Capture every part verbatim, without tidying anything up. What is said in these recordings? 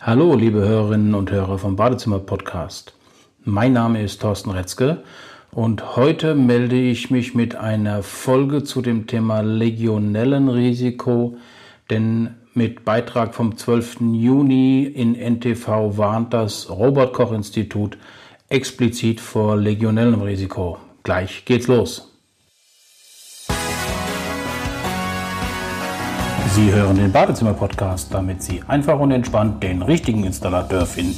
Hallo, liebe Hörerinnen und Hörer vom Badezimmer-Podcast. Mein Name ist Thorsten Retzke und heute melde ich mich mit einer Folge zu dem Thema Legionellenrisiko, denn mit Beitrag vom zwölften Juni in N T V warnt das Robert-Koch-Institut explizit vor Legionellenrisiko. Gleich geht's los. Sie hören den Badezimmer-Podcast, damit Sie einfach und entspannt den richtigen Installateur finden.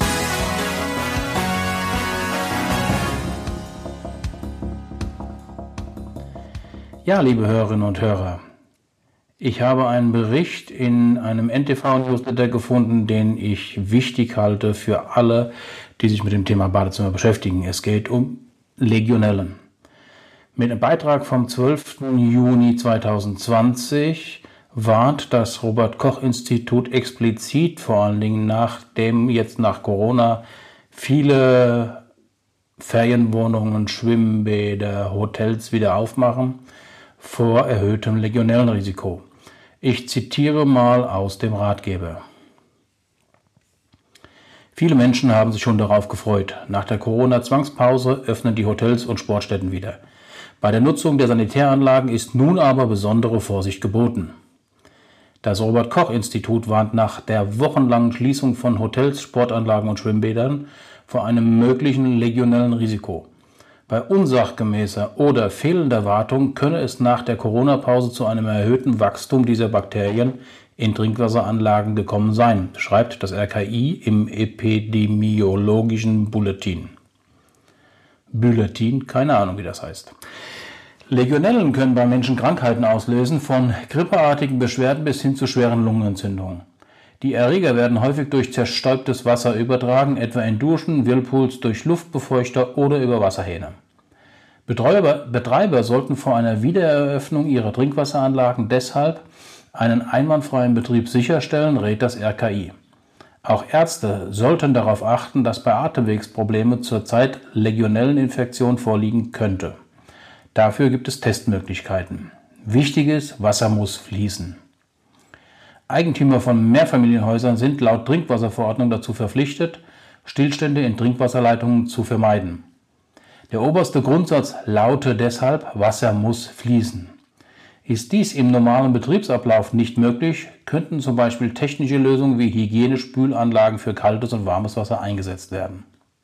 Ja, liebe Hörerinnen und Hörer, ich habe einen Bericht in einem N T V-Newsletter gefunden, den ich wichtig halte für alle, die sich mit dem Thema Badezimmer beschäftigen. Es geht um Legionellen. Mit einem Beitrag vom zwölften Juni zweitausendzwanzig warnt das Robert-Koch-Institut explizit, vor allen Dingen nachdem jetzt nach Corona viele Ferienwohnungen, Schwimmbäder, Hotels wieder aufmachen, vor erhöhtem Legionellenrisiko. Ich zitiere mal aus dem Ratgeber. Viele Menschen haben sich schon darauf gefreut. Nach der Corona-Zwangspause öffnen die Hotels und Sportstätten wieder. Bei der Nutzung der Sanitäranlagen ist nun aber besondere Vorsicht geboten. Das Robert-Koch-Institut warnt nach der wochenlangen Schließung von Hotels, Sportanlagen und Schwimmbädern vor einem möglichen Legionellenrisiko. Bei unsachgemäßer oder fehlender Wartung könne es nach der Corona-Pause zu einem erhöhten Wachstum dieser Bakterien in Trinkwasseranlagen gekommen sein, schreibt das R K I im epidemiologischen Bulletin. Bulletin, keine Ahnung, wie das heißt. Legionellen können bei Menschen Krankheiten auslösen, von grippeartigen Beschwerden bis hin zu schweren Lungenentzündungen. Die Erreger werden häufig durch zerstäubtes Wasser übertragen, etwa in Duschen, Whirlpools, durch Luftbefeuchter oder über Wasserhähne. Betreiber, Betreiber sollten vor einer Wiedereröffnung ihrer Trinkwasseranlagen deshalb einen einwandfreien Betrieb sicherstellen, rät das R K I. Auch Ärzte sollten darauf achten, dass bei Atemwegsproblemen zurzeit Legionelleninfektion vorliegen könnte. Dafür gibt es Testmöglichkeiten. Wichtig ist, Wasser muss fließen. Eigentümer von Mehrfamilienhäusern sind laut Trinkwasserverordnung dazu verpflichtet, Stillstände in Trinkwasserleitungen zu vermeiden. Der oberste Grundsatz laute deshalb, Wasser muss fließen. Ist dies im normalen Betriebsablauf nicht möglich, könnten zum Beispiel technische Lösungen wie Hygienespülanlagen für kaltes und warmes Wasser eingesetzt werden.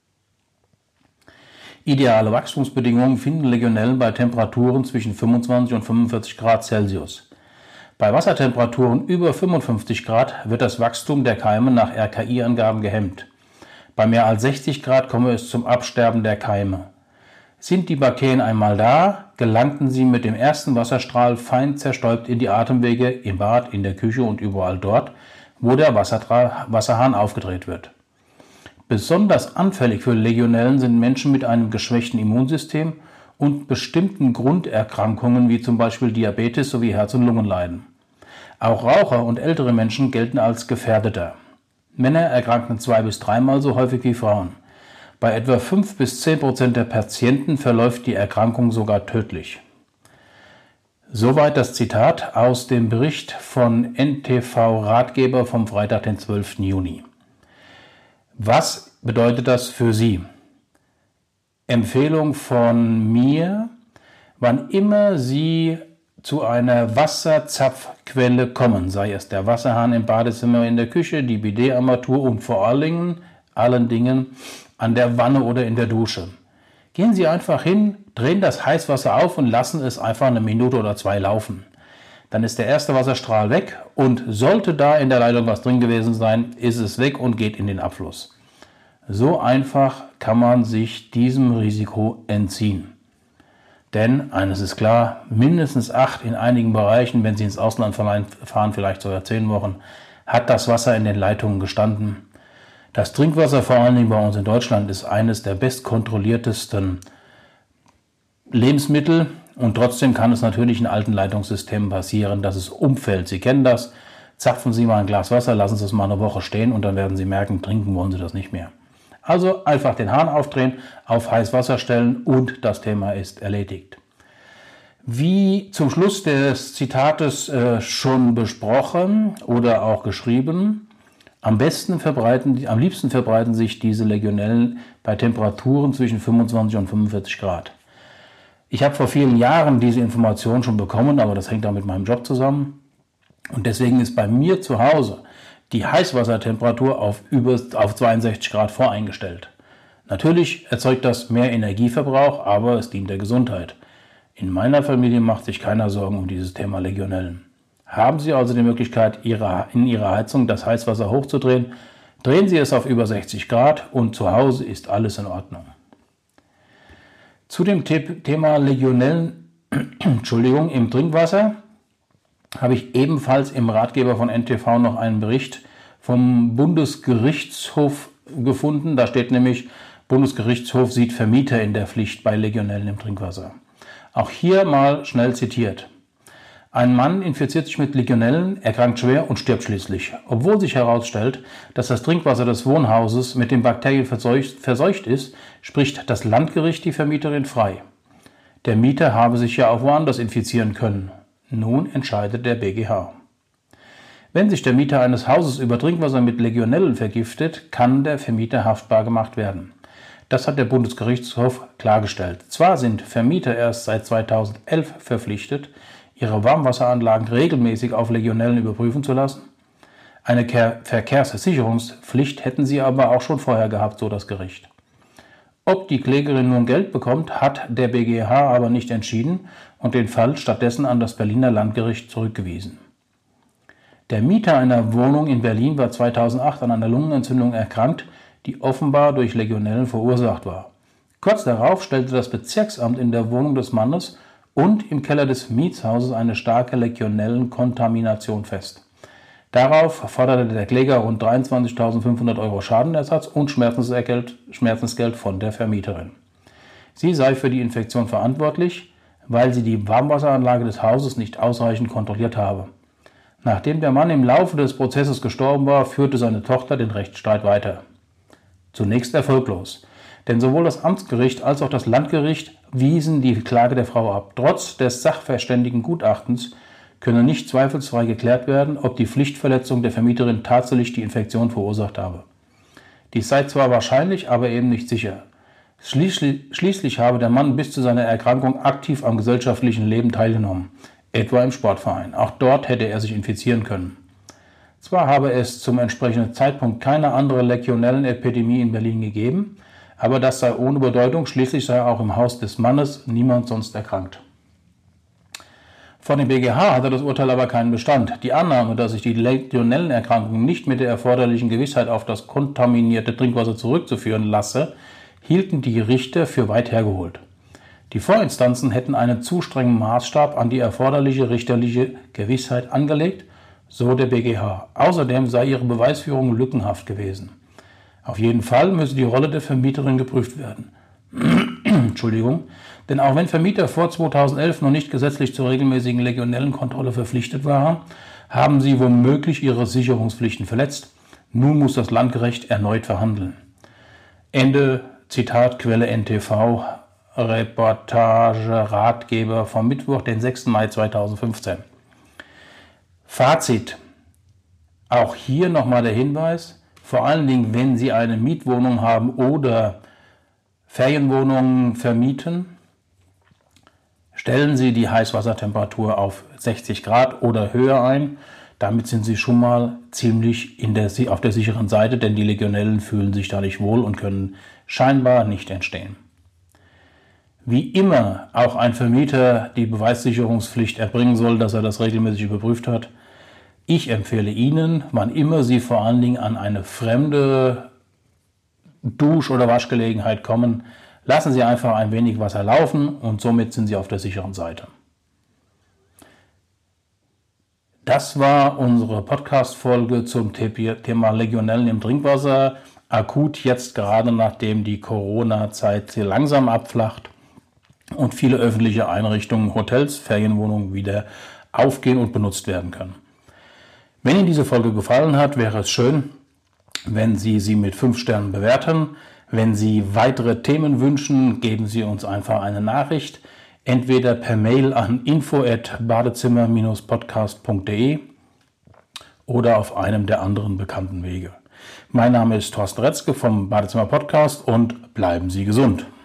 Ideale Wachstumsbedingungen finden Legionellen bei Temperaturen zwischen fünfundzwanzig und fünfundvierzig Grad Celsius. Bei Wassertemperaturen über fünfundfünfzig Grad wird das Wachstum der Keime nach R K I-Angaben gehemmt. Bei mehr als sechzig Grad komme es zum Absterben der Keime. Sind die Bakterien einmal da, gelangten sie mit dem ersten Wasserstrahl fein zerstäubt in die Atemwege, im Bad, in der Küche und überall dort, wo der Wasserhahn aufgedreht wird. Besonders anfällig für Legionellen sind Menschen mit einem geschwächten Immunsystem und bestimmten Grunderkrankungen wie zum Beispiel Diabetes sowie Herz- und Lungenleiden. Auch Raucher und ältere Menschen gelten als gefährdeter. Männer erkranken zwei- bis dreimal so häufig wie Frauen. Bei etwa fünf bis zehn Prozent der Patienten verläuft die Erkrankung sogar tödlich. Soweit das Zitat aus dem Bericht von N T V-Ratgeber vom Freitag, den zwölften Juni. Was bedeutet das für Sie? Empfehlung von mir: Wann immer Sie zu einer Wasserzapfquelle kommen, sei es der Wasserhahn im Badezimmer, in der Küche, die Bidet-Armatur und vor allen Dingen, allen Dingen an der Wanne oder in der Dusche. Gehen Sie einfach hin, drehen das Heißwasser auf und lassen es einfach eine Minute oder zwei laufen. Dann ist der erste Wasserstrahl weg und sollte da in der Leitung was drin gewesen sein, ist es weg und geht in den Abfluss. So einfach kann man sich diesem Risiko entziehen. Denn, eines ist klar, mindestens acht, in einigen Bereichen, wenn Sie ins Ausland fahren, vielleicht sogar zehn Wochen, hat das Wasser in den Leitungen gestanden. Das Trinkwasser, vor allen Dingen bei uns in Deutschland, ist eines der bestkontrolliertesten Lebensmittel. Und trotzdem kann es natürlich in alten Leitungssystemen passieren, dass es umfällt. Sie kennen das. Zapfen Sie mal ein Glas Wasser, lassen Sie es mal eine Woche stehen und dann werden Sie merken, trinken wollen Sie das nicht mehr. Also einfach den Hahn aufdrehen, auf Heißwasser stellen und das Thema ist erledigt. Wie zum Schluss des Zitates äh, schon besprochen oder auch geschrieben, Am besten verbreiten, am liebsten verbreiten sich diese Legionellen bei Temperaturen zwischen fünfundzwanzig und fünfundvierzig Grad. Ich habe vor vielen Jahren diese Information schon bekommen, aber das hängt auch mit meinem Job zusammen. Und deswegen ist bei mir zu Hause die Heißwassertemperatur auf, über, auf zweiundsechzig Grad voreingestellt. Natürlich erzeugt das mehr Energieverbrauch, aber es dient der Gesundheit. In meiner Familie macht sich keiner Sorgen um dieses Thema Legionellen. Haben Sie also die Möglichkeit, ihre, in Ihrer Heizung das Heißwasser hochzudrehen, drehen Sie es auf über sechzig Grad und zu Hause ist alles in Ordnung. Zu dem Thema Legionellen Entschuldigung, im Trinkwasser habe ich ebenfalls im Ratgeber von N T V noch einen Bericht vom Bundesgerichtshof gefunden. Da steht nämlich, Bundesgerichtshof sieht Vermieter in der Pflicht bei Legionellen im Trinkwasser. Auch hier mal schnell zitiert. Ein Mann infiziert sich mit Legionellen, erkrankt schwer und stirbt schließlich, obwohl sich herausstellt, dass das Trinkwasser des Wohnhauses mit den Bakterien verseucht, verseucht ist, spricht das Landgericht die Vermieterin frei. Der Mieter habe sich ja auch woanders infizieren können. Nun entscheidet der B G H. Wenn sich der Mieter eines Hauses über Trinkwasser mit Legionellen vergiftet, kann der Vermieter haftbar gemacht werden. Das hat der Bundesgerichtshof klargestellt. Zwar sind Vermieter erst seit zweitausendelf verpflichtet, ihre Warmwasseranlagen regelmäßig auf Legionellen überprüfen zu lassen. Eine Verkehrssicherungspflicht hätten sie aber auch schon vorher gehabt, so das Gericht. Ob die Klägerin nun Geld bekommt, hat der B G H aber nicht entschieden und den Fall stattdessen an das Berliner Landgericht zurückgewiesen. Der Mieter einer Wohnung in Berlin war zweitausendacht an einer Lungenentzündung erkrankt, die offenbar durch Legionellen verursacht war. Kurz darauf stellte das Bezirksamt in der Wohnung des Mannes und im Keller des Mietshauses eine starke Legionellenkontamination fest. Darauf forderte der Kläger rund dreiundzwanzigtausendfünfhundert Euro Schadenersatz und Schmerzensgeld, Schmerzensgeld von der Vermieterin. Sie sei für die Infektion verantwortlich, weil sie die Warmwasseranlage des Hauses nicht ausreichend kontrolliert habe. Nachdem der Mann im Laufe des Prozesses gestorben war, führte seine Tochter den Rechtsstreit weiter. Zunächst erfolglos, denn sowohl das Amtsgericht als auch das Landgericht wiesen die Klage der Frau ab. Trotz des Sachverständigengutachtens könne nicht zweifelsfrei geklärt werden, ob die Pflichtverletzung der Vermieterin tatsächlich die Infektion verursacht habe. Dies sei zwar wahrscheinlich, aber eben nicht sicher. Schließlich, schließlich habe der Mann bis zu seiner Erkrankung aktiv am gesellschaftlichen Leben teilgenommen, etwa im Sportverein. Auch dort hätte er sich infizieren können. Zwar habe es zum entsprechenden Zeitpunkt keine andere Legionellenepidemie in Berlin gegeben, aber das sei ohne Bedeutung, schließlich sei auch im Haus des Mannes niemand sonst erkrankt. Vor dem B G H hatte das Urteil aber keinen Bestand. Die Annahme, dass sich die Legionellenerkrankung nicht mit der erforderlichen Gewissheit auf das kontaminierte Trinkwasser zurückzuführen lasse, hielten die Richter für weit hergeholt. Die Vorinstanzen hätten einen zu strengen Maßstab an die erforderliche richterliche Gewissheit angelegt, so der B G H. Außerdem sei ihre Beweisführung lückenhaft gewesen. Auf jeden Fall müsse die Rolle der Vermieterin geprüft werden. Entschuldigung, denn auch wenn Vermieter vor zweitausendelf noch nicht gesetzlich zur regelmäßigen Legionellenkontrolle verpflichtet waren, haben sie womöglich ihre Sicherungspflichten verletzt. Nun muss das Landgericht erneut verhandeln. Ende Zitat, Quelle N T V, Reportage, Ratgeber vom Mittwoch, den sechsten Mai zweitausendfünfzehn. Fazit. Auch hier nochmal der Hinweis, vor allen Dingen, wenn Sie eine Mietwohnung haben oder Ferienwohnungen vermieten, stellen Sie die Heißwassertemperatur auf sechzig Grad oder höher ein. Damit sind Sie schon mal ziemlich in der, auf der sicheren Seite, denn die Legionellen fühlen sich da nicht wohl und können scheinbar nicht entstehen. Wie immer auch ein Vermieter die Beweissicherungspflicht erbringen soll, dass er das regelmäßig überprüft hat. Ich empfehle Ihnen, wann immer Sie vor allen Dingen an eine fremde Dusch- oder Waschgelegenheit kommen, lassen Sie einfach ein wenig Wasser laufen und somit sind Sie auf der sicheren Seite. Das war unsere Podcast-Folge zum Thema Legionellen im Trinkwasser. Akut jetzt gerade, nachdem die Corona-Zeit langsam abflacht und viele öffentliche Einrichtungen, Hotels, Ferienwohnungen wieder aufgehen und benutzt werden können. Wenn Ihnen diese Folge gefallen hat, wäre es schön, wenn Sie sie mit fünf Sternen bewerten. Wenn Sie weitere Themen wünschen, geben Sie uns einfach eine Nachricht, entweder per Mail an info at badezimmer Bindestrich podcast punkt de oder auf einem der anderen bekannten Wege. Mein Name ist Thorsten Retzke vom Badezimmer Podcast und bleiben Sie gesund.